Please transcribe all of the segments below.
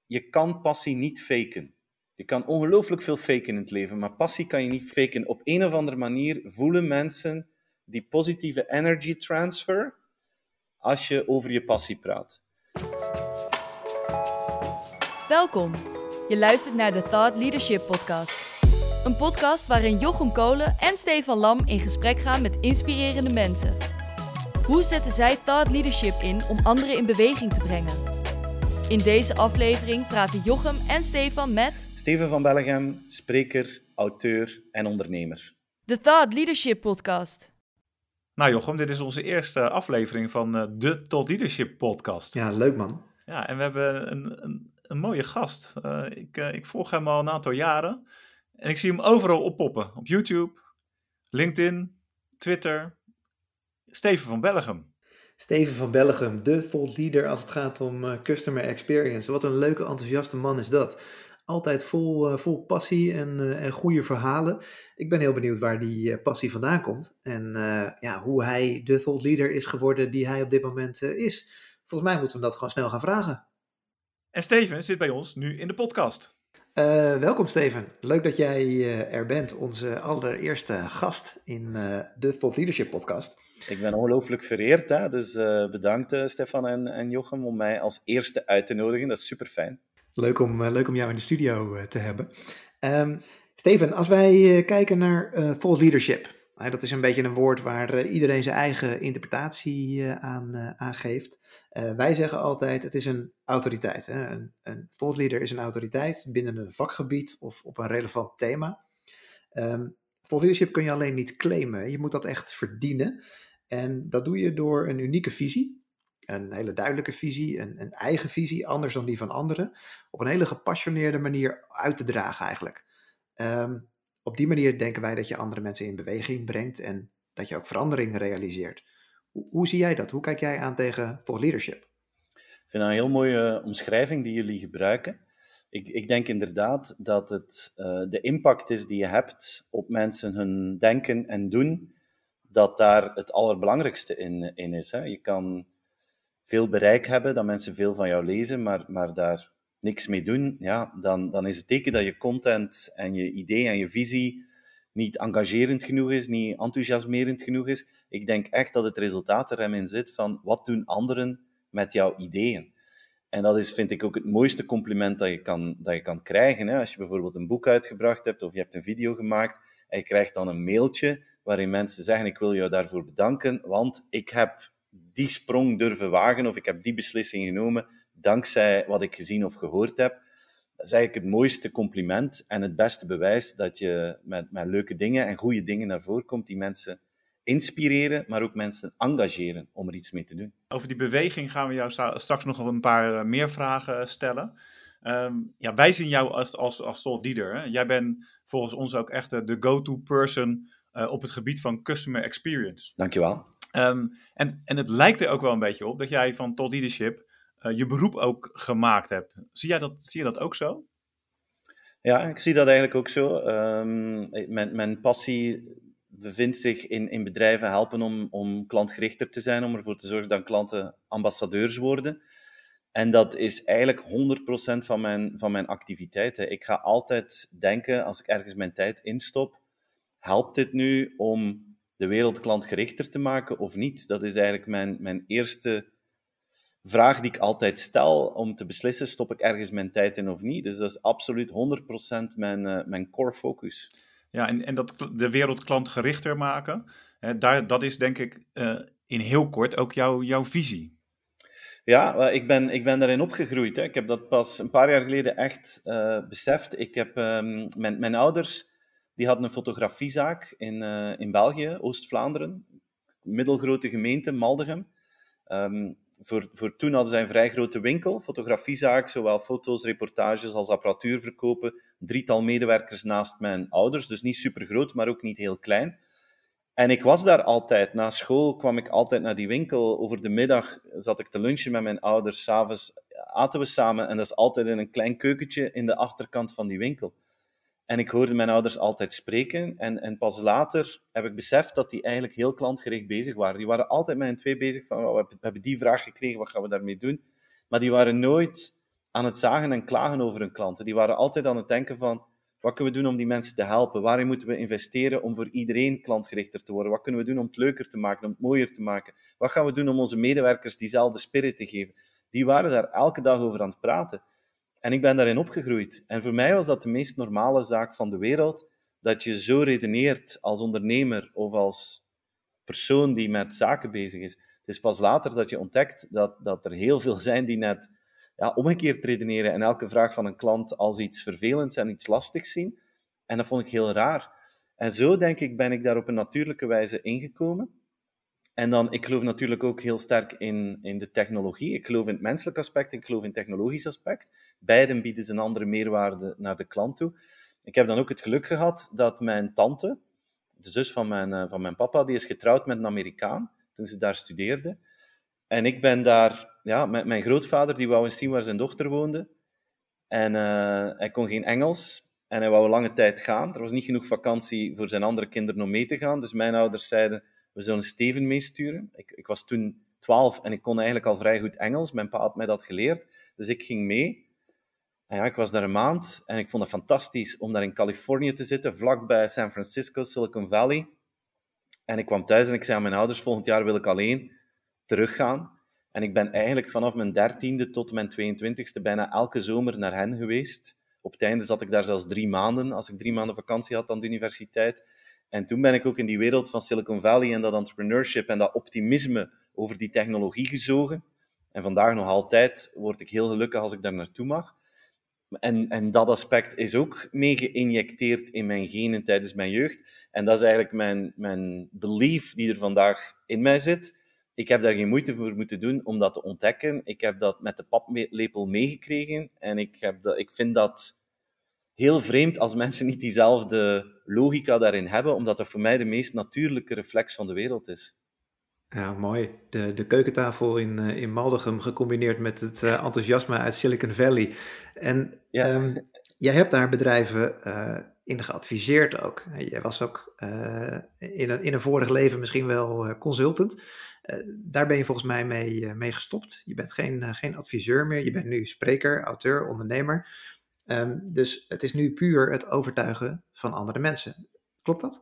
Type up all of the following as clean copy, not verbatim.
je kan passie niet faken. Je kan ongelooflijk veel faken in het leven, maar passie kan je niet faken. Op een of andere manier voelen mensen die positieve energy transfer als je over je passie praat. Welkom. Je luistert naar de Thought Leadership Podcast. Een podcast waarin Jochem Kolen en Stefan Lam in gesprek gaan met inspirerende mensen. Hoe zetten zij Thought Leadership in om anderen in beweging te brengen? In deze aflevering praten Jochem en Stefan met Steven van Bellegem, spreker, auteur en ondernemer. de Thought Leadership Podcast. Nou Jochem, dit is onze eerste aflevering van de Thought Leadership Podcast. Ja, leuk man. Ja, en we hebben een mooie gast. Ik volg hem al een aantal jaren en ik zie hem overal oppoppen. Op YouTube, LinkedIn, Twitter. Steven van Bellegem. Steven van Bellegem, de thought leader als het gaat om customer experience. Wat een leuke, enthousiaste man is dat. Altijd vol passie en goede verhalen. Ik ben heel benieuwd waar die passie vandaan komt. En hoe hij de thought leader is geworden die hij op dit moment is. Volgens mij moeten we dat gewoon snel gaan vragen. En Steven zit bij ons nu in de podcast. Welkom Steven, leuk dat jij er bent. Onze allereerste gast in de Thought Leadership Podcast. Ik ben ongelooflijk vereerd, hè? Dus bedankt Stefan en Jochem om mij als eerste uit te nodigen. Dat is super fijn. Leuk om jou in de studio te hebben. Steven, als wij kijken naar thought leadership, dat is een beetje een woord waar iedereen zijn eigen interpretatie aan geeft. Wij zeggen altijd, het is een autoriteit. Hè? Een thought leader is een autoriteit binnen een vakgebied of op een relevant thema. Thought leadership kun je alleen niet claimen. Je moet dat echt verdienen. En dat doe je door een unieke visie. Een hele duidelijke visie, een eigen visie, anders dan die van anderen. Op een hele gepassioneerde manier uit te dragen eigenlijk. Op die manier denken wij dat je andere mensen in beweging brengt en dat je ook verandering realiseert. Hoe zie jij dat? Hoe kijk jij aan tegen thought leadership? Ik vind dat een heel mooie omschrijving die jullie gebruiken. Ik denk inderdaad dat het de impact is die je hebt op mensen hun denken en doen, dat daar het allerbelangrijkste in is. Hè? Je kan veel bereik hebben, dat mensen veel van jou lezen, maar daar niks mee doen, ja, dan is het teken dat je content en je idee en je visie niet engagerend genoeg is, niet enthousiasmerend genoeg is. Ik denk echt dat het resultaat er hem in zit van wat doen anderen met jouw ideeën. En dat is, vind ik, ook het mooiste compliment dat je kan krijgen. Hè? Als je bijvoorbeeld een boek uitgebracht hebt of je hebt een video gemaakt en je krijgt dan een mailtje waarin mensen zeggen, ik wil jou daarvoor bedanken, want ik heb die sprong durven wagen of ik heb die beslissing genomen dankzij wat ik gezien of gehoord heb. Dat is eigenlijk het mooiste compliment en het beste bewijs dat je met leuke dingen en goede dingen naar voren komt die mensen inspireren, maar ook mensen engageren om er iets mee te doen. Over die beweging gaan we jou straks nog een paar meer vragen stellen. Wij zien jou als thought leader. Hè? Jij bent volgens ons ook echt de go-to person op het gebied van customer experience. Dankjewel. En het lijkt er ook wel een beetje op dat jij van thought leadership je beroep ook gemaakt hebt. Zie je dat ook zo? Ja, ik zie dat eigenlijk ook zo. Mijn passie bevindt zich in bedrijven helpen om klantgerichter te zijn, om ervoor te zorgen dat klanten ambassadeurs worden. En dat is eigenlijk 100% van mijn activiteiten. Ik ga altijd denken, als ik ergens mijn tijd instop, helpt dit nu om de wereld klantgerichter te maken of niet? Dat is eigenlijk mijn eerste vraag die ik altijd stel om te beslissen, stop ik ergens mijn tijd in of niet? Dus dat is absoluut 100% mijn core focus. Ja, en dat de wereld klantgerichter maken, dat is denk ik in heel kort ook jouw visie. Ja, ik ben daarin opgegroeid. Hè. Ik heb dat pas een paar jaar geleden echt beseft. Ik heb mijn ouders, die hadden een fotografiezaak in België, Oost-Vlaanderen, middelgrote gemeente, Maldegem. Voor toen hadden zij een vrij grote winkel, fotografiezaak, zowel foto's, reportages als apparatuur verkopen. 3-tal medewerkers naast mijn ouders, dus niet supergroot, maar ook niet heel klein. En ik was daar altijd. Na school kwam ik altijd naar die winkel. Over de middag zat ik te lunchen met mijn ouders. 's Avonds aten we samen. En dat is altijd in een klein keukentje in de achterkant van die winkel. En ik hoorde mijn ouders altijd spreken. En pas later heb ik beseft dat die eigenlijk heel klantgericht bezig waren. Die waren altijd met hen twee bezig van, we hebben die vraag gekregen, wat gaan we daarmee doen? Maar die waren nooit aan het zagen en klagen over hun klanten. Die waren altijd aan het denken van, wat kunnen we doen om die mensen te helpen? Waarin moeten we investeren om voor iedereen klantgerichter te worden? Wat kunnen we doen om het leuker te maken, om het mooier te maken? Wat gaan we doen om onze medewerkers diezelfde spirit te geven? Die waren daar elke dag over aan het praten. En ik ben daarin opgegroeid. En voor mij was dat de meest normale zaak van de wereld, dat je zo redeneert als ondernemer of als persoon die met zaken bezig is. Het is pas later dat je ontdekt dat er heel veel zijn die net omgekeerd redeneren en elke vraag van een klant als iets vervelends en iets lastigs zien. En dat vond ik heel raar. En zo, denk ik, ben ik daar op een natuurlijke wijze ingekomen. En dan, ik geloof natuurlijk ook heel sterk in de technologie. Ik geloof in het menselijk aspect, ik geloof in het technologisch aspect. Beiden bieden ze een andere meerwaarde naar de klant toe. Ik heb dan ook het geluk gehad dat mijn tante, de zus van mijn papa, die is getrouwd met een Amerikaan toen ze daar studeerde. En ik ben daar, met mijn grootvader, die wou eens zien waar zijn dochter woonde. En hij kon geen Engels en hij wou lange tijd gaan. Er was niet genoeg vakantie voor zijn andere kinderen om mee te gaan. Dus mijn ouders zeiden, we zullen Steven meesturen. Ik was toen 12 en ik kon eigenlijk al vrij goed Engels. Mijn pa had mij dat geleerd. Dus ik ging mee. En ik was daar een maand en ik vond het fantastisch om daar in Californië te zitten, vlakbij San Francisco, Silicon Valley. En ik kwam thuis en ik zei aan mijn ouders, volgend jaar wil ik alleen teruggaan. En ik ben eigenlijk vanaf mijn 13e tot mijn 22e bijna elke zomer naar hen geweest. Op het einde zat ik daar zelfs 3 maanden, als ik 3 maanden vakantie had aan de universiteit. En toen ben ik ook in die wereld van Silicon Valley en dat entrepreneurship en dat optimisme over die technologie gezogen. En vandaag nog altijd word ik heel gelukkig als ik daar naartoe mag. En dat aspect is ook mee geïnjecteerd in mijn genen tijdens mijn jeugd. En dat is eigenlijk mijn belief die er vandaag in mij zit. Ik heb daar geen moeite voor moeten doen om dat te ontdekken. Ik heb dat met de paplepel meegekregen. En ik vind dat heel vreemd als mensen niet diezelfde logica daarin hebben, omdat dat voor mij de meest natuurlijke reflex van de wereld is. Ja, mooi. De keukentafel in Maldegem gecombineerd met het enthousiasme uit Silicon Valley. En jij hebt daar bedrijven in geadviseerd ook. Jij was ook in een vorig leven misschien wel consultant. Daar ben je volgens mij mee gestopt. Je bent geen adviseur meer. Je bent nu spreker, auteur, ondernemer. Dus het is nu puur het overtuigen van andere mensen. Klopt dat?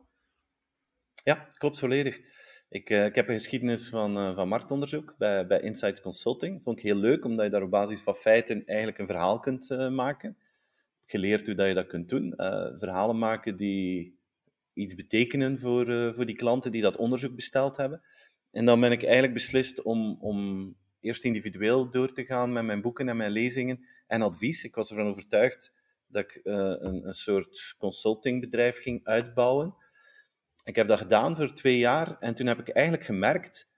Ja, klopt volledig. Ik heb een geschiedenis van marktonderzoek bij Insights Consulting. Vond ik heel leuk, omdat je daar op basis van feiten eigenlijk een verhaal kunt maken. Ik heb geleerd hoe dat je dat kunt doen. Verhalen maken die iets betekenen voor die klanten die dat onderzoek besteld hebben. En dan ben ik eigenlijk beslist om eerst individueel door te gaan met mijn boeken en mijn lezingen en advies. Ik was ervan overtuigd dat ik een soort consultingbedrijf ging uitbouwen. Ik heb dat gedaan voor 2 jaar en toen heb ik eigenlijk gemerkt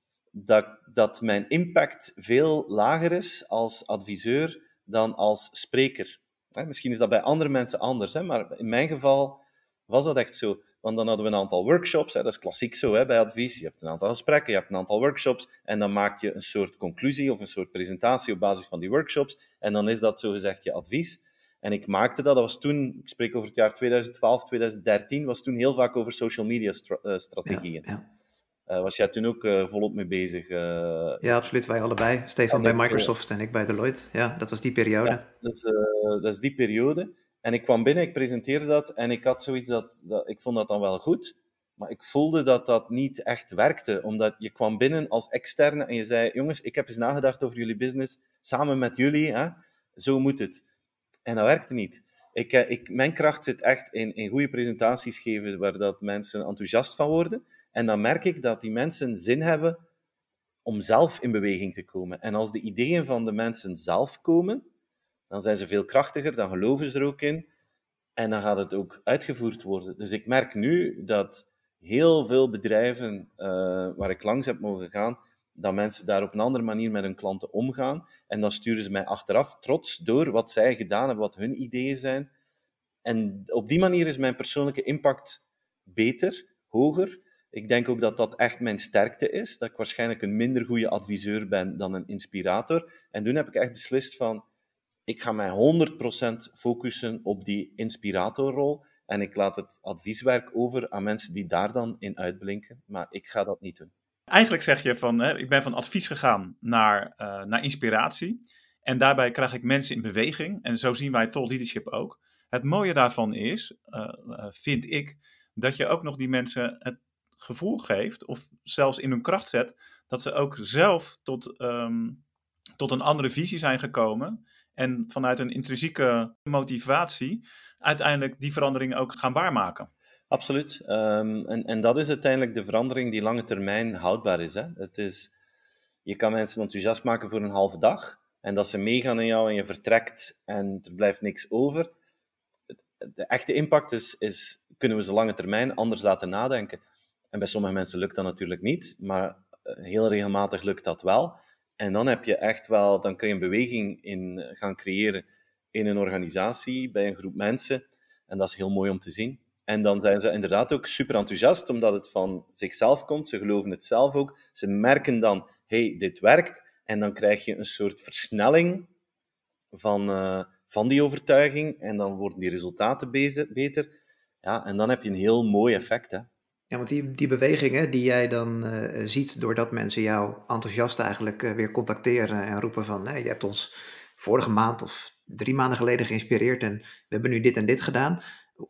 dat mijn impact veel lager is als adviseur dan als spreker. Misschien is dat bij andere mensen anders, maar in mijn geval was dat echt zo. Want dan hadden we een aantal workshops, dat is klassiek zo bij advies. Je hebt een aantal gesprekken, je hebt een aantal workshops en dan maak je een soort conclusie of een soort presentatie op basis van die workshops en dan is dat zogezegd je advies. En ik maakte dat was toen, ik spreek over het jaar 2012, 2013, was toen heel vaak over social media strategieën. Was jij toen ook volop mee bezig? Ja, absoluut. Wij allebei. Stefan bij Microsoft en ik bij Deloitte. Ja, dat was die periode. Ja, dat is die periode. En ik kwam binnen, ik presenteerde dat en ik had zoiets ik vond dat dan wel goed, maar ik voelde dat dat niet echt werkte, omdat je kwam binnen als externe en je zei, jongens, ik heb eens nagedacht over jullie business, samen met jullie, zo moet het. En dat werkte niet. Mijn kracht zit echt in goede presentaties geven waar dat mensen enthousiast van worden. En dan merk ik dat die mensen zin hebben om zelf in beweging te komen. En als de ideeën van de mensen zelf komen, dan zijn ze veel krachtiger, dan geloven ze er ook in. En dan gaat het ook uitgevoerd worden. Dus ik merk nu dat heel veel bedrijven waar ik langs heb mogen gaan, dat mensen daar op een andere manier met hun klanten omgaan. En dan sturen ze mij achteraf trots door wat zij gedaan hebben, wat hun ideeën zijn. En op die manier is mijn persoonlijke impact beter, hoger. Ik denk ook dat dat echt mijn sterkte is. Dat ik waarschijnlijk een minder goede adviseur ben dan een inspirator. En toen heb ik echt beslist van, ik ga mij 100% focussen op die inspiratorrol. En ik laat het advieswerk over aan mensen die daar dan in uitblinken. Maar ik ga dat niet doen. Eigenlijk zeg je van, ik ben van advies gegaan naar inspiratie. En daarbij krijg ik mensen in beweging. En zo zien wij Thought Leadership ook. Het mooie daarvan is, vind ik, dat je ook nog die mensen het gevoel geeft, of zelfs in hun kracht zet, dat ze ook zelf tot een andere visie zijn gekomen. En vanuit een intrinsieke motivatie uiteindelijk die veranderingen ook gaan waarmaken. Absoluut. En dat is uiteindelijk de verandering die lange termijn houdbaar is. Hè? Je kan mensen enthousiast maken voor een halve dag. En dat ze meegaan in jou en je vertrekt en er blijft niks over. De echte impact is, kunnen we ze lange termijn anders laten nadenken? En bij sommige mensen lukt dat natuurlijk niet, maar heel regelmatig lukt dat wel. En dan heb je echt wel, dan kun je een beweging in gaan creëren in een organisatie, bij een groep mensen. En dat is heel mooi om te zien. En dan zijn ze inderdaad ook super enthousiast, omdat het van zichzelf komt. Ze geloven het zelf ook. Ze merken dan, hey, dit werkt. En dan krijg je een soort versnelling van die overtuiging. En dan worden die resultaten beter. Ja, en dan heb je een heel mooi effect, hè. Ja, want die bewegingen die jij dan ziet doordat mensen jou enthousiast eigenlijk weer contacteren en roepen van, je hebt ons vorige maand of 3 maanden geleden geïnspireerd en we hebben nu dit en dit gedaan.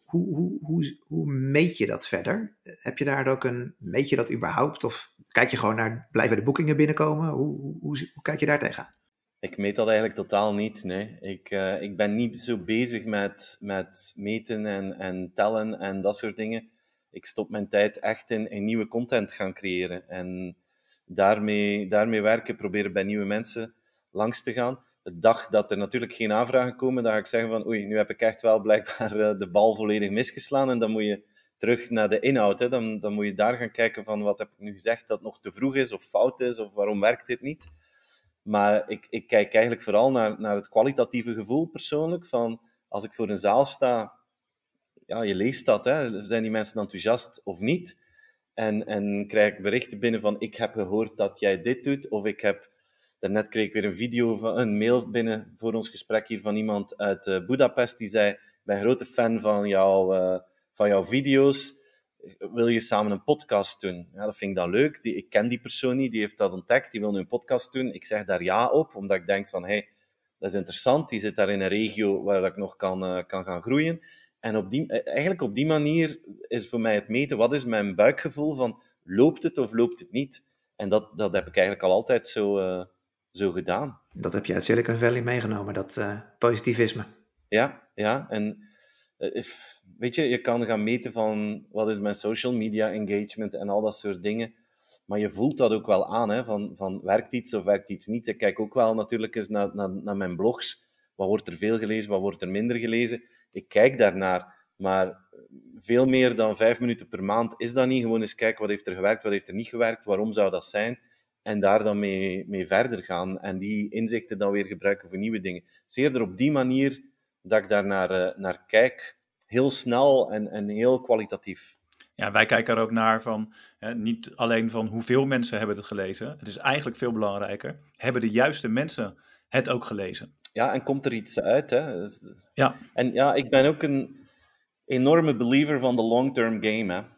Hoe meet je dat verder? Heb je daar ook meet je dat überhaupt? Of kijk je gewoon naar, blijven de boekingen binnenkomen? Hoe kijk je daar tegenaan? Ik meet dat eigenlijk totaal niet, nee. Ik ben niet zo bezig met meten en tellen en dat soort dingen. Ik stop mijn tijd echt in nieuwe content gaan creëren. En daarmee werken, proberen bij nieuwe mensen langs te gaan. De dag dat er natuurlijk geen aanvragen komen, dan ga ik zeggen van oei, nu heb ik echt wel blijkbaar de bal volledig misgeslaan. En dan moet je terug naar de inhoud. Hè. Dan moet je daar gaan kijken van wat heb ik nu gezegd dat nog te vroeg is of fout is of waarom werkt dit niet. Maar ik kijk eigenlijk vooral naar het kwalitatieve gevoel persoonlijk. Van als ik voor een zaal sta, ja, je leest dat, hè. Zijn die mensen enthousiast of niet? En krijg ik berichten binnen van ik heb gehoord dat jij dit doet, of daarnet kreeg ik weer een mail binnen voor ons gesprek hier van iemand uit Budapest die zei, ik ben een grote fan van jouw video's, wil je samen een podcast doen? Ja, dat vind ik dan leuk. Ik ken die persoon niet, die heeft dat ontdekt, die wil nu een podcast doen. Ik zeg daar ja op, omdat ik denk van, hey, dat is interessant, die zit daar in een regio waar ik nog kan gaan groeien. En eigenlijk op die manier is voor mij het meten, wat is mijn buikgevoel van, loopt het of loopt het niet? En dat heb ik eigenlijk al altijd zo gedaan. Dat heb je uit Silicon Valley meegenomen, dat positivisme. Ja. En weet je kan gaan meten van, wat is mijn social media engagement en al dat soort dingen. Maar je voelt dat ook wel aan, hè, van werkt iets of werkt iets niet. Ik kijk ook wel natuurlijk eens naar mijn blogs. Wat wordt er veel gelezen, wat wordt er minder gelezen? Ik kijk daarnaar, maar veel meer dan 5 minuten per maand is dat niet. Gewoon eens kijken, wat heeft er gewerkt, wat heeft er niet gewerkt, waarom zou dat zijn? En daar dan mee verder gaan. En die inzichten dan weer gebruiken voor nieuwe dingen. Het is eerder op die manier dat ik daar naar kijk. Heel snel en heel kwalitatief. Ja, wij kijken er ook naar van, niet alleen van hoeveel mensen hebben het gelezen. Het is eigenlijk veel belangrijker. Hebben de juiste mensen het ook gelezen? Ja, en komt er iets uit, hè? Ja. En ja, ik ben ook een enorme believer van de long-term game, hè.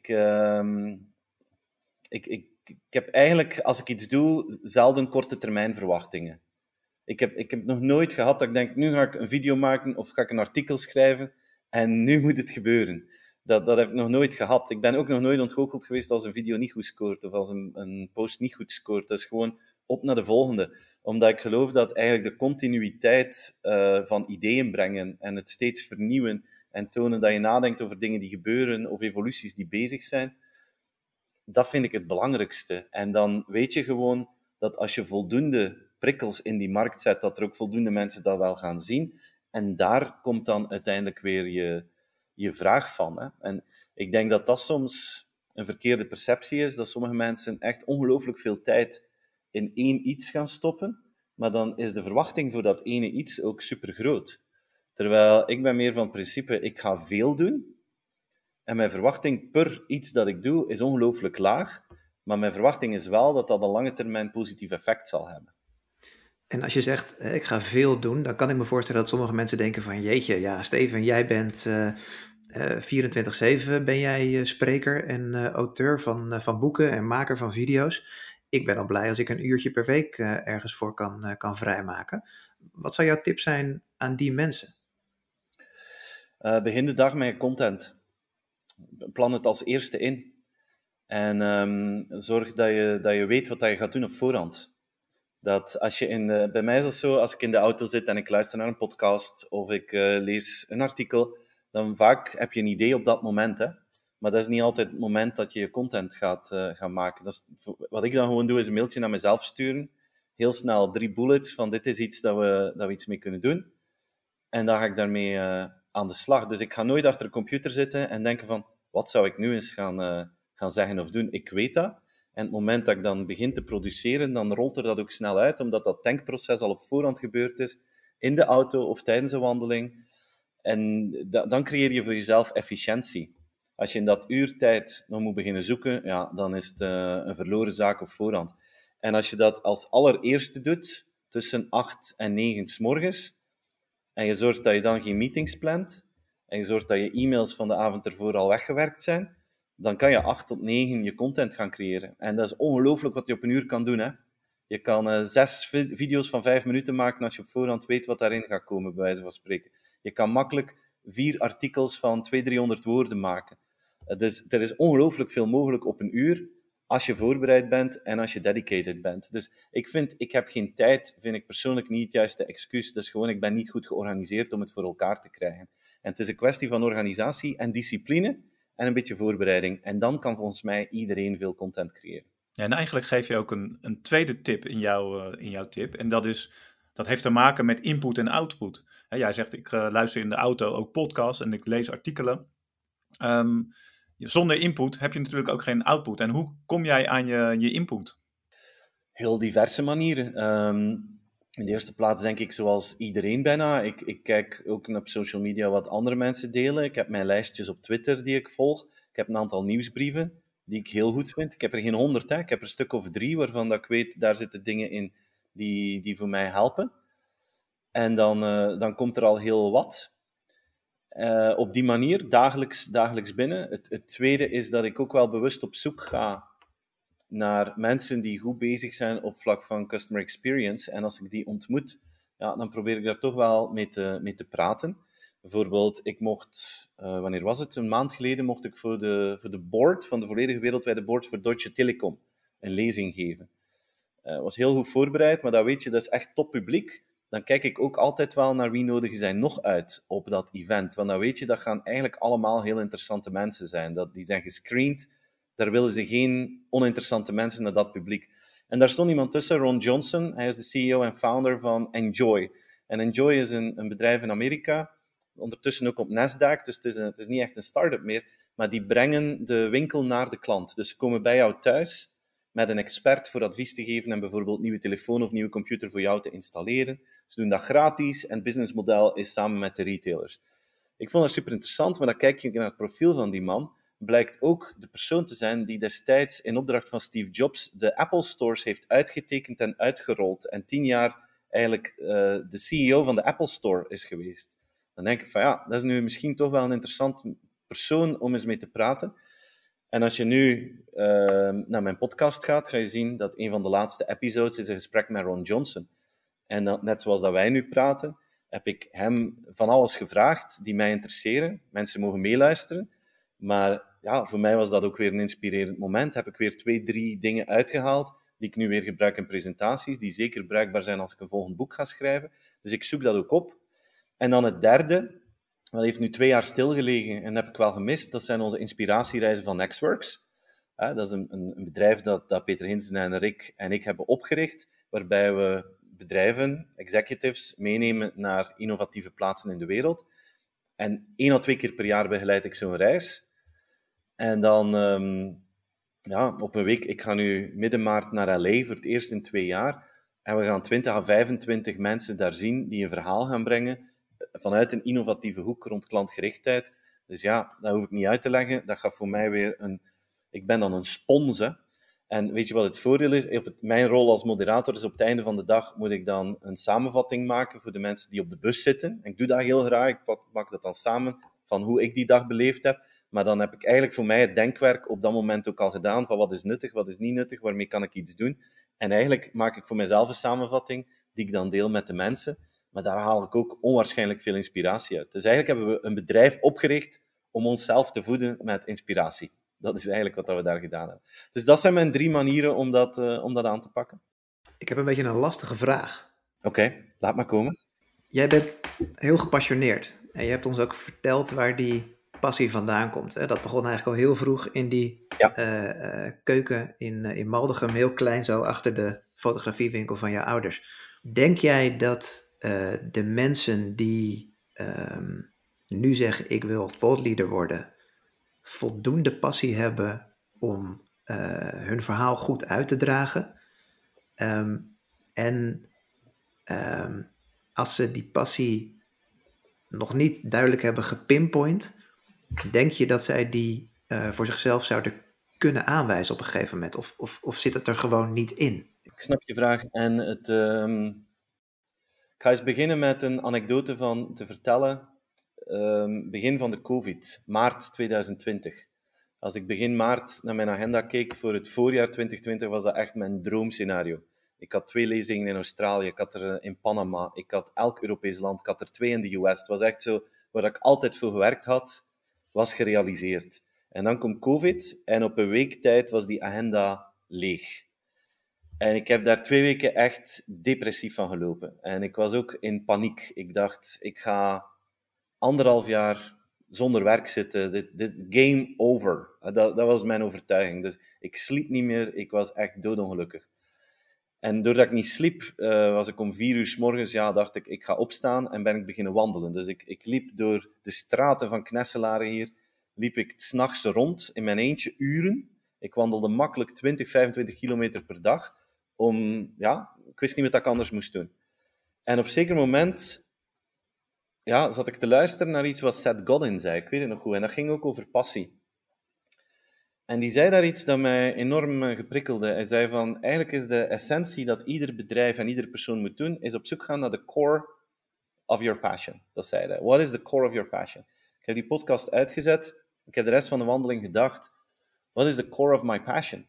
Ik heb eigenlijk, als ik iets doe, zelden korte termijn verwachtingen. Ik heb nog nooit gehad dat ik denk, nu ga ik een video maken of ga ik een artikel schrijven en nu moet het gebeuren. Dat heb ik nog nooit gehad. Ik ben ook nog nooit ontgoocheld geweest als een video niet goed scoort of als een post niet goed scoort. Dat is gewoon op naar de volgende. Omdat ik geloof dat eigenlijk de continuïteit van ideeën brengen en het steeds vernieuwen en tonen dat je nadenkt over dingen die gebeuren of evoluties die bezig zijn, dat vind ik het belangrijkste. En dan weet je gewoon dat als je voldoende prikkels in die markt zet, dat er ook voldoende mensen dat wel gaan zien. En daar komt dan uiteindelijk weer je vraag van. Hè? En ik denk dat dat soms een verkeerde perceptie is, dat sommige mensen echt ongelooflijk veel tijd in één iets gaan stoppen, maar dan is de verwachting voor dat ene iets ook super groot. Terwijl ik ben meer van het principe, ik ga veel doen, en mijn verwachting per iets dat ik doe is ongelooflijk laag, maar mijn verwachting is wel dat dat een lange termijn positief effect zal hebben. En als je zegt, ik ga veel doen, dan kan ik me voorstellen dat sommige mensen denken van, jeetje, ja, Steven, jij bent 24/7 ben jij spreker en auteur van boeken en maker van video's. ik ben al blij als ik een uurtje per week ergens voor kan vrijmaken. Wat zou jouw tip zijn aan die mensen? Begin de dag met je content. Plan het als eerste in. En zorg dat je weet wat je gaat doen op voorhand. Dat als je bij mij is het zo, als ik in de auto zit en ik luister naar een podcast of ik lees een artikel, dan vaak heb je een idee op dat moment, hè. Maar dat is niet altijd het moment dat je je content gaat gaan maken. Wat ik dan gewoon doe, is een mailtje naar mezelf sturen. Heel snel 3 bullets van dit is iets dat we iets mee kunnen doen. En dan ga ik daarmee aan de slag. Dus ik ga nooit achter een computer zitten en denken van, wat zou ik nu eens gaan zeggen of doen? Ik weet dat. En het moment dat ik dan begin te produceren, dan rolt er dat ook snel uit, omdat dat denkproces al op voorhand gebeurd is, in de auto of tijdens een wandeling. En dan creëer je voor jezelf efficiëntie. Als je in dat uurtijd nog moet beginnen zoeken, ja, dan is het een verloren zaak op voorhand. En als je dat als allereerste doet, tussen 8 en 9 's morgens, en je zorgt dat je dan geen meetings plant, en je zorgt dat je e-mails van de avond ervoor al weggewerkt zijn, dan kan je 8 tot 9 je content gaan creëren. En dat is ongelooflijk wat je op een uur kan doen, hè. Je kan 6 video's van 5 minuten maken als je op voorhand weet wat daarin gaat komen, bij wijze van spreken. Je kan makkelijk 4 artikels van 200-300 woorden maken. Dus er is ongelooflijk veel mogelijk op een uur, als je voorbereid bent en als je dedicated bent. Dus ik heb geen tijd, vind ik persoonlijk niet het juiste excuus. Dus gewoon, ik ben niet goed georganiseerd om het voor elkaar te krijgen. En het is een kwestie van organisatie en discipline en een beetje voorbereiding. En dan kan volgens mij iedereen veel content creëren. Ja, en eigenlijk geef je ook een tweede tip in jouw tip. En dat heeft te maken met input en output. Jij zegt, ik luister in de auto ook podcasts en ik lees artikelen. Zonder input heb je natuurlijk ook geen output. En hoe kom jij aan je input? Heel diverse manieren. In de eerste plaats denk ik zoals iedereen bijna. Ik kijk ook op social media wat andere mensen delen. Ik heb mijn lijstjes op Twitter die ik volg. Ik heb een aantal nieuwsbrieven die ik heel goed vind. Ik heb er geen 100, hè. Ik heb er een stuk of 3 waarvan dat ik weet, daar zitten dingen in die voor mij helpen. En dan komt er al heel wat. Op die manier, dagelijks binnen. Het tweede is dat ik ook wel bewust op zoek ga naar mensen die goed bezig zijn op vlak van customer experience. En als ik die ontmoet, ja, dan probeer ik daar toch wel mee te praten. Bijvoorbeeld, ik mocht, wanneer was het? Een maand geleden mocht ik voor de board, van de volledige wereldwijde board voor Deutsche Telekom, een lezing geven. Was heel goed voorbereid, maar dat weet je, dat is echt toppubliek. Dan kijk ik ook altijd wel naar wie nodigen zij nog uit op dat event. Want dan weet je, dat gaan eigenlijk allemaal heel interessante mensen zijn. Die zijn gescreend. Daar willen ze geen oninteressante mensen naar dat publiek. En daar stond iemand tussen, Ron Johnson. Hij is de CEO en founder van Enjoy. En Enjoy is een bedrijf in Amerika, ondertussen ook op Nasdaq, dus het is niet echt een start-up meer, maar die brengen de winkel naar de klant. Dus ze komen bij jou thuis met een expert voor advies te geven en bijvoorbeeld nieuwe telefoon of nieuwe computer voor jou te installeren. Ze doen dat gratis en het businessmodel is samen met de retailers. Ik vond dat super interessant, maar dan kijk je naar het profiel van die man, blijkt ook de persoon te zijn die destijds in opdracht van Steve Jobs de Apple Stores heeft uitgetekend en uitgerold en 10 jaar eigenlijk de CEO van de Apple Store is geweest. Dan denk ik van ja, dat is nu misschien toch wel een interessant persoon om eens mee te praten. En als je nu naar mijn podcast gaat, ga je zien dat een van de laatste episodes is een gesprek met Ron Johnson. En dan, net zoals dat wij nu praten, heb ik hem van alles gevraagd die mij interesseren. Mensen mogen meeluisteren. Maar ja, voor mij was dat ook weer een inspirerend moment. Heb ik weer 2, 3 dingen uitgehaald die ik nu weer gebruik in presentaties, die zeker bruikbaar zijn als ik een volgend boek ga schrijven. Dus ik zoek dat ook op. En dan het derde, dat heeft nu 2 jaar stilgelegen en dat heb ik wel gemist, dat zijn onze inspiratiereizen van Nextworks. Dat is een bedrijf dat Peter Hinsen en Rick en ik hebben opgericht, waarbij we bedrijven, executives, meenemen naar innovatieve plaatsen in de wereld. En 1 à 2 keer per jaar begeleid ik zo'n reis. En dan, op een week, ik ga nu midden maart naar LA voor het eerst in 2 jaar. En we gaan 20 à 25 mensen daar zien die een verhaal gaan brengen vanuit een innovatieve hoek rond klantgerichtheid. Dus ja, dat hoef ik niet uit te leggen. Dat gaat voor mij weer ik ben dan een spons, hè. En weet je wat het voordeel is? Mijn rol als moderator is op het einde van de dag moet ik dan een samenvatting maken voor de mensen die op de bus zitten. En ik doe dat heel graag. Ik maak dat dan samen van hoe ik die dag beleefd heb. Maar dan heb ik eigenlijk voor mij het denkwerk op dat moment ook al gedaan van wat is nuttig, wat is niet nuttig, waarmee kan ik iets doen. En eigenlijk maak ik voor mezelf een samenvatting die ik dan deel met de mensen. Maar daar haal ik ook onwaarschijnlijk veel inspiratie uit. Dus eigenlijk hebben we een bedrijf opgericht om onszelf te voeden met inspiratie. Dat is eigenlijk wat we daar gedaan hebben. Dus dat zijn mijn 3 manieren om dat aan te pakken. Ik heb een beetje een lastige vraag. Oké, laat maar komen. Jij bent heel gepassioneerd en je hebt ons ook verteld waar die passie vandaan komt. Hè? Dat begon eigenlijk al heel vroeg in die keuken in Maldegem, heel klein zo achter de fotografiewinkel van je ouders. Denk jij dat de mensen die nu zeggen ik wil thought leader worden, voldoende passie hebben om hun verhaal goed uit te dragen? Als ze die passie nog niet duidelijk hebben gepinpoint, denk je dat zij die voor zichzelf zouden kunnen aanwijzen op een gegeven moment? Of zit het er gewoon niet in? Ik snap je vraag. En ik ga eens beginnen met een anekdote te vertellen. Begin van de COVID, maart 2020. Als ik begin maart naar mijn agenda keek voor het voorjaar 2020, was dat echt mijn droomscenario. Ik had 2 lezingen in Australië, ik had er in Panama, ik had elk Europees land, ik had er 2 in de US. Het was echt zo, waar ik altijd voor gewerkt had, was gerealiseerd. En dan komt COVID en op een week tijd was die agenda leeg. En ik heb daar 2 weken echt depressief van gelopen. En ik was ook in paniek. Ik dacht, ik ga 1,5 jaar zonder werk zitten. Dit game over. Dat was mijn overtuiging. Dus ik sliep niet meer. Ik was echt doodongelukkig. En doordat ik niet sliep, was ik om 4 uur 's morgens, dacht ik ga opstaan en ben ik beginnen wandelen. Dus ik liep door de straten van Knesselaren hier, liep ik 's nachts rond in mijn eentje uren. Ik wandelde makkelijk 20, 25 kilometer per dag. Ik wist niet wat ik anders moest doen. En op een zeker moment zat ik te luisteren naar iets wat Seth Godin zei. Ik weet het nog goed. En dat ging ook over passie. En die zei daar iets dat mij enorm geprikkelde. Hij zei van, eigenlijk is de essentie dat ieder bedrijf en iedere persoon moet doen, is op zoek gaan naar de core of your passion. Dat zei hij. What is the core of your passion? Ik heb die podcast uitgezet. Ik heb de rest van de wandeling gedacht, what is the core of my passion?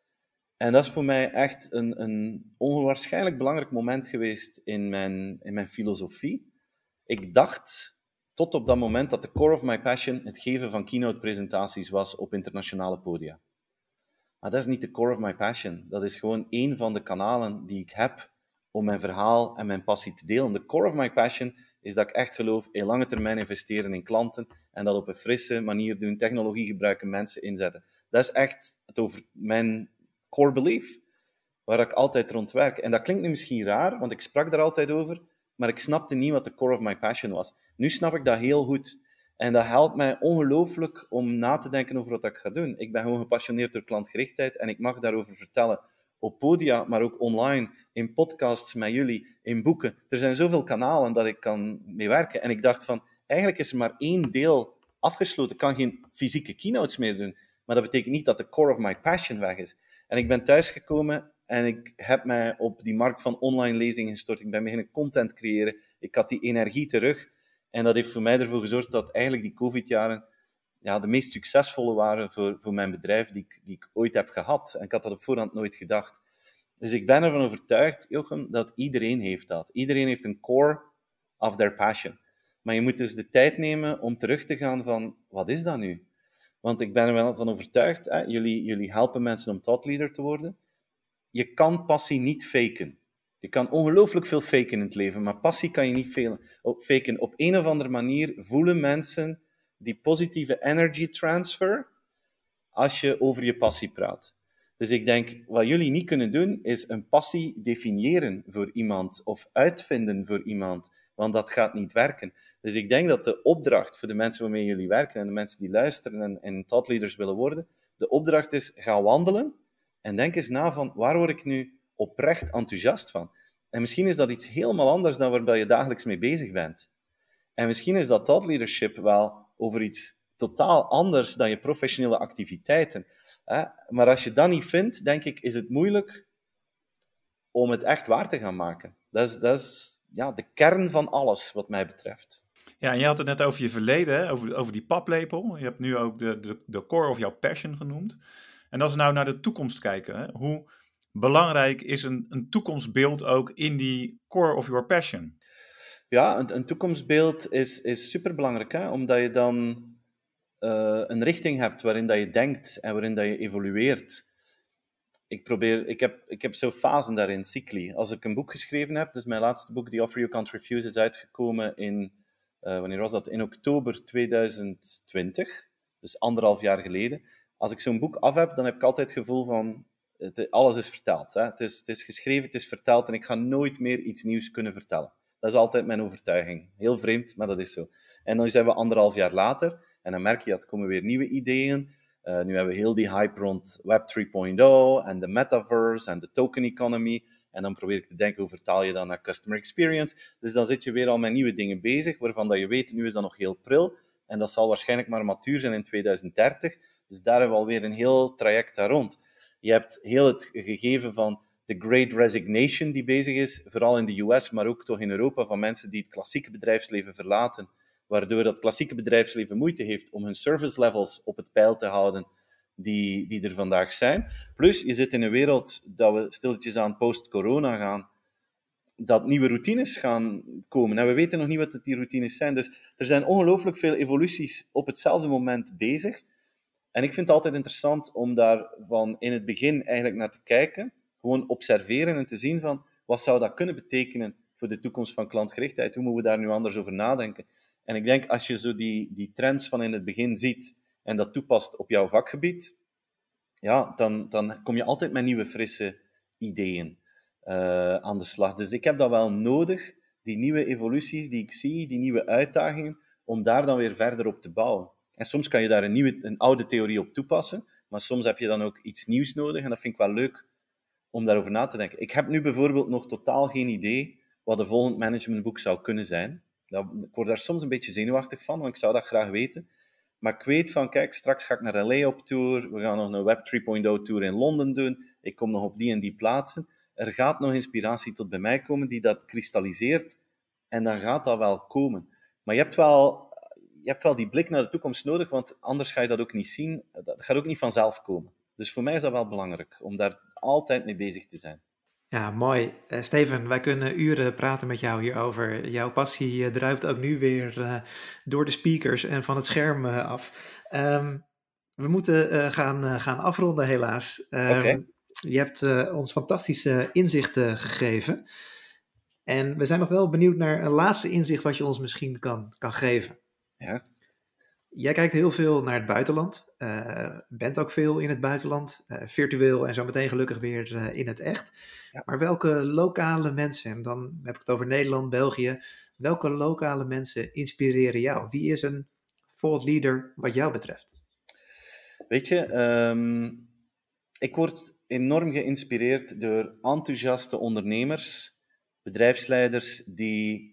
En dat is voor mij echt een onwaarschijnlijk belangrijk moment geweest in mijn filosofie. Ik dacht tot op dat moment dat de core of my passion het geven van keynote-presentaties was op internationale podia. Maar dat is niet de core of my passion. Dat is gewoon één van de kanalen die ik heb om mijn verhaal en mijn passie te delen. De core of my passion is dat ik echt geloof in lange termijn investeren in klanten en dat op een frisse manier doen, technologie gebruiken, mensen inzetten. Dat is echt het over mijn core belief, waar ik altijd rond werk. En dat klinkt nu misschien raar, want ik sprak daar altijd over, maar ik snapte niet wat de core of my passion was. Nu snap ik dat heel goed. En dat helpt mij ongelooflijk om na te denken over wat ik ga doen. Ik ben gewoon gepassioneerd door klantgerichtheid en ik mag daarover vertellen op podia, maar ook online, in podcasts met jullie, in boeken. Er zijn zoveel kanalen dat ik kan mee werken. En ik dacht van, eigenlijk is er maar 1 deel afgesloten. Ik kan geen fysieke keynotes meer doen, maar dat betekent niet dat de core of my passion weg is. En ik ben thuisgekomen en ik heb mij op die markt van online lezingen gestort. Ik ben beginnen content creëren. Ik had die energie terug. En dat heeft voor mij ervoor gezorgd dat eigenlijk die COVID-jaren de meest succesvolle waren voor mijn bedrijf die ik ooit heb gehad. En ik had dat op voorhand nooit gedacht. Dus ik ben ervan overtuigd, Jochem, dat iedereen heeft dat. Iedereen heeft een core of their passion. Maar je moet dus de tijd nemen om terug te gaan van, wat is dat nu? Want ik ben er wel van overtuigd, jullie helpen mensen om thought leader te worden. Je kan passie niet faken. Je kan ongelooflijk veel faken in het leven, maar passie kan je niet faken. Op een of andere manier voelen mensen die positieve energy transfer als je over je passie praat. Dus ik denk, wat jullie niet kunnen doen, is een passie definiëren voor iemand of uitvinden voor iemand, want dat gaat niet werken. Dus ik denk dat de opdracht voor de mensen waarmee jullie werken en de mensen die luisteren en thought leaders willen worden, de opdracht is, ga wandelen en denk eens na van, waar word ik nu oprecht enthousiast van? En misschien is dat iets helemaal anders dan waar je dagelijks mee bezig bent. En misschien is dat thought leadership wel over iets totaal anders dan je professionele activiteiten. Maar als je dat niet vindt, denk ik, is het moeilijk om het echt waar te gaan maken. Dat is de kern van alles, wat mij betreft. Ja, en je had het net over je verleden, hè? Over die paplepel. Je hebt nu ook de core of jouw passion genoemd. En als we nou naar de toekomst kijken, hè? Hoe belangrijk is een toekomstbeeld ook in die core of your passion? Ja, een toekomstbeeld is superbelangrijk, hè? Omdat je dan een richting hebt waarin dat je denkt en waarin dat je evolueert. Ik heb zo fasen daarin, cycli. Als ik een boek geschreven heb, dus mijn laatste boek, The Offer You Can't Refuse, is uitgekomen in, wanneer was dat? In oktober 2020, dus 1,5 jaar geleden. Als ik zo'n boek af heb, dan heb ik altijd het gevoel van, alles is verteld. Hè? Het is geschreven, het is verteld en ik ga nooit meer iets nieuws kunnen vertellen. Dat is altijd mijn overtuiging. Heel vreemd, maar dat is zo. En dan zijn we 1,5 jaar later en dan merk je dat er komen weer nieuwe ideeën. Nu hebben we heel die hype rond Web 3.0 en de metaverse en de token economy. En dan probeer ik te denken, hoe vertaal je dat naar customer experience? Dus dan zit je weer al met nieuwe dingen bezig, waarvan dat je weet, nu is dat nog heel pril. En dat zal waarschijnlijk maar matuur zijn in 2030. Dus daar hebben we alweer een heel traject daar rond. Je hebt heel het gegeven van de Great Resignation die bezig is, vooral in de US, maar ook toch in Europa, van mensen die het klassieke bedrijfsleven verlaten, waardoor dat klassieke bedrijfsleven moeite heeft om hun service levels op het peil te houden die er vandaag zijn. Plus, je zit in een wereld dat we stilletjes aan post-corona gaan, dat nieuwe routines gaan komen. En we weten nog niet wat die routines zijn. Dus er zijn ongelooflijk veel evoluties op hetzelfde moment bezig. En ik vind het altijd interessant om daar van in het begin eigenlijk naar te kijken, gewoon observeren en te zien van, wat zou dat kunnen betekenen voor de toekomst van klantgerichtheid? Hoe moeten we daar nu anders over nadenken? En ik denk, als je zo die trends van in het begin ziet en dat toepast op jouw vakgebied, ja, dan kom je altijd met nieuwe, frisse ideeën aan de slag. Dus ik heb dat wel nodig, die nieuwe evoluties die ik zie, die nieuwe uitdagingen, om daar dan weer verder op te bouwen. En soms kan je daar een oude theorie op toepassen, maar soms heb je dan ook iets nieuws nodig en dat vind ik wel leuk om daarover na te denken. Ik heb nu bijvoorbeeld nog totaal geen idee wat een volgend managementboek zou kunnen zijn. Ik word daar soms een beetje zenuwachtig van, want ik zou dat graag weten. Maar ik weet van, kijk, straks ga ik naar LA op tour, we gaan nog een Web 3.0 tour in Londen doen, ik kom nog op die en die plaatsen. Er gaat nog inspiratie tot bij mij komen die dat kristalliseert en dan gaat dat wel komen. Maar je hebt wel die blik naar de toekomst nodig, want anders ga je dat ook niet zien. Dat gaat ook niet vanzelf komen. Dus voor mij is dat wel belangrijk, om daar altijd mee bezig te zijn. Ja, mooi. Steven, wij kunnen uren praten met jou hierover. Jouw passie druipt ook nu weer door de speakers en van het scherm af. We moeten gaan afronden, helaas. Oké. Je hebt ons fantastische inzichten gegeven. En we zijn nog wel benieuwd naar een laatste inzicht wat je ons misschien kan geven. Ja. Jij kijkt heel veel naar het buitenland, bent ook veel in het buitenland, virtueel en zo meteen gelukkig weer in het echt. Ja. Maar welke lokale mensen, en dan heb ik het over Nederland, België, welke lokale mensen inspireren jou? Wie is een thought leader wat jou betreft? Weet je, ik word enorm geïnspireerd door enthousiaste ondernemers, bedrijfsleiders die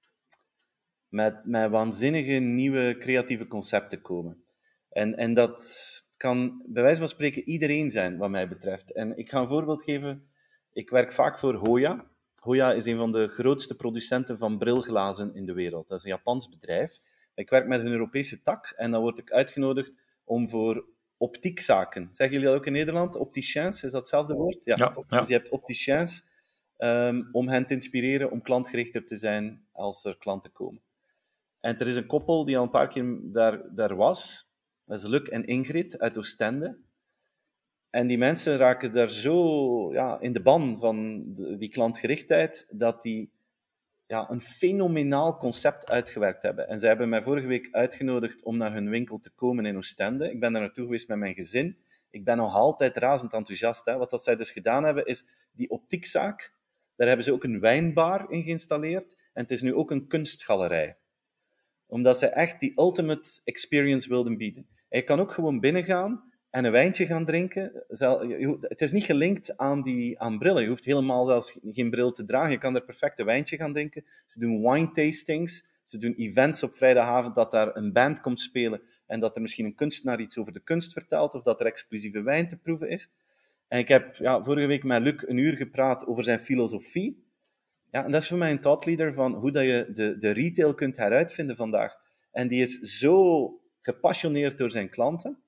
met waanzinnige nieuwe creatieve concepten komen. En dat kan bij wijze van spreken iedereen zijn, wat mij betreft. En ik ga een voorbeeld geven. Ik werk vaak voor Hoya. Hoya is een van de grootste producenten van brilglazen in de wereld. Dat is een Japans bedrijf. Ik werk met hun Europese tak en dan word ik uitgenodigd om voor optiekzaken. Zeggen jullie dat ook in Nederland? Opticiens, is dat hetzelfde woord? Ja. Dus je hebt opticiens om hen te inspireren om klantgerichter te zijn als er klanten komen. En er is een koppel die al een paar keer daar was. Dat is Luc en Ingrid uit Oostende. En die mensen raken daar zo in de ban van die klantgerichtheid, dat die een fenomenaal concept uitgewerkt hebben. En zij hebben mij vorige week uitgenodigd om naar hun winkel te komen in Oostende. Ik ben daar naartoe geweest met mijn gezin. Ik ben nog altijd razend enthousiast. Hè. Wat dat zij dus gedaan hebben, is die optiekzaak. Daar hebben ze ook een wijnbar in geïnstalleerd. En het is nu ook een kunstgalerij. Omdat zij echt die ultimate experience wilden bieden. En je kan ook gewoon binnengaan en een wijntje gaan drinken. Het is niet gelinkt aan brillen. Je hoeft helemaal zelfs geen bril te dragen. Je kan er perfect een wijntje gaan drinken. Ze doen wine tastings. Ze doen events op vrijdagavond dat daar een band komt spelen en dat er misschien een kunstenaar iets over de kunst vertelt of dat er exclusieve wijn te proeven is. En ik heb vorige week met Luc een uur gepraat over zijn filosofie. Ja, en dat is voor mij een thought leader van hoe dat je de retail kunt heruitvinden vandaag. En die is zo gepassioneerd door zijn klanten,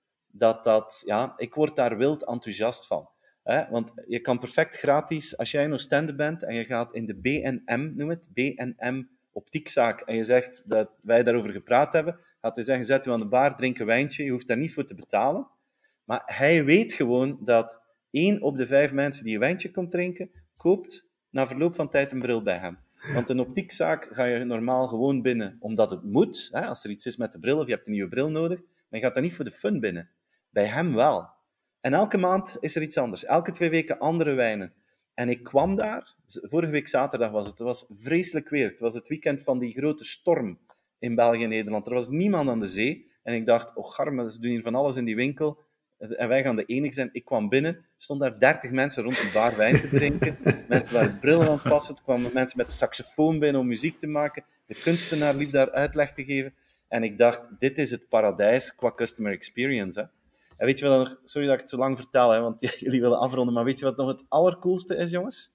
ik word daar wild enthousiast van. Want je kan perfect gratis, als jij in Oostende bent en je gaat in de B&M, noem het, B&M optiekzaak, en je zegt dat wij daarover gepraat hebben, gaat hij zeggen, zet u aan de bar, drink een wijntje, je hoeft daar niet voor te betalen. Maar hij weet gewoon dat 1 op de 5 mensen die een wijntje komt drinken, koopt na verloop van tijd een bril bij hem. Want een optiekzaak ga je normaal gewoon binnen omdat het moet. Als er iets is met de bril of je hebt een nieuwe bril nodig. Maar je gaat daar niet voor de fun binnen. Bij hem wel. En elke maand is er iets anders. Elke 2 weken andere wijnen. En ik kwam daar, vorige week zaterdag was het was vreselijk weer. Het was het weekend van die grote storm in België en Nederland. Er was niemand aan de zee. En ik dacht, oh garme, ze doen hier van alles in die winkel. En wij gaan de enige zijn. Ik kwam binnen, stond daar 30 mensen rond de bar wijn te drinken. Mensen waren brillen aan het passen. Er kwamen mensen met de saxofoon binnen om muziek te maken. De kunstenaar liep daar uitleg te geven. En ik dacht, dit is het paradijs qua customer experience. Hè. En weet je wat nog... Sorry dat ik het zo lang vertel, hè, want jullie willen afronden. Maar weet je wat nog het allercoolste is, jongens?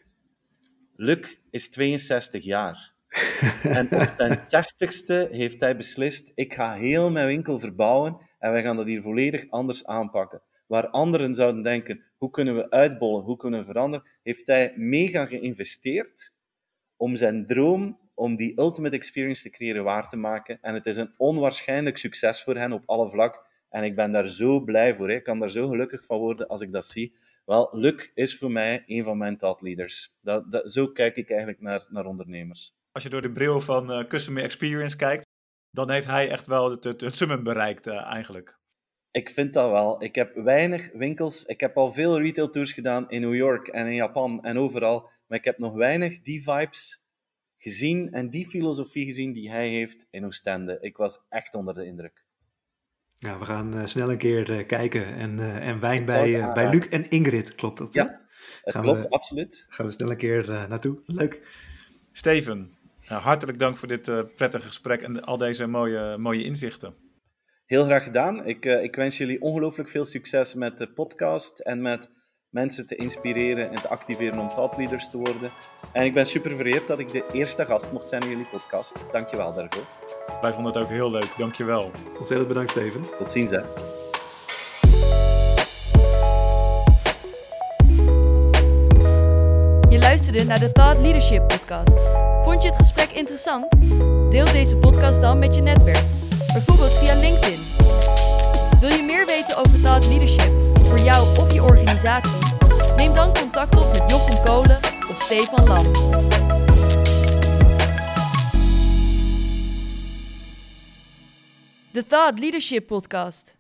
Luc is 62 jaar. En op zijn 60ste heeft hij beslist, ik ga heel mijn winkel verbouwen en wij gaan dat hier volledig anders aanpakken. Waar anderen zouden denken, hoe kunnen we uitbollen, hoe kunnen we veranderen, heeft hij mega geïnvesteerd om zijn droom, om die ultimate experience te creëren waar te maken. En het is een onwaarschijnlijk succes voor hen op alle vlakken. En ik ben daar zo blij voor. Hè. Ik kan daar zo gelukkig van worden als ik dat zie. Wel, Luc is voor mij een van mijn thought leaders. Zo kijk ik eigenlijk naar ondernemers. Als je door de bril van Customer Experience kijkt, dan heeft hij echt wel het summum bereikt eigenlijk. Ik vind dat wel. Ik heb weinig winkels. Ik heb al veel retail tours gedaan in New York en in Japan en overal. Maar ik heb nog weinig die vibes gezien en die filosofie gezien die hij heeft in Oostende. Ik was echt onder de indruk. Ja, we gaan snel een keer kijken en wijn bij Luc en Ingrid, klopt dat? Ja, het klopt, absoluut. Gaan we snel een keer naartoe. Leuk. Steven, hartelijk dank voor dit prettige gesprek en al deze mooie inzichten. Heel graag gedaan. Ik wens jullie ongelooflijk veel succes met de podcast en met mensen te inspireren en te activeren om thought leaders te worden. En ik ben super vereerd dat ik de eerste gast mocht zijn in jullie podcast. Dank je wel daarvoor. Wij vonden het ook heel leuk. Dank je wel. Ontzettend bedankt, Steven. Tot ziens, hè. Je luisterde naar de Thought Leadership podcast. Vond je het gesprek interessant? Deel deze podcast dan met je netwerk, bijvoorbeeld via LinkedIn. Wil je meer weten over Thought Leadership voor jou of je organisatie? Neem dan contact op met Jochem Kolen of Stefan Lam. De Thought Leadership podcast.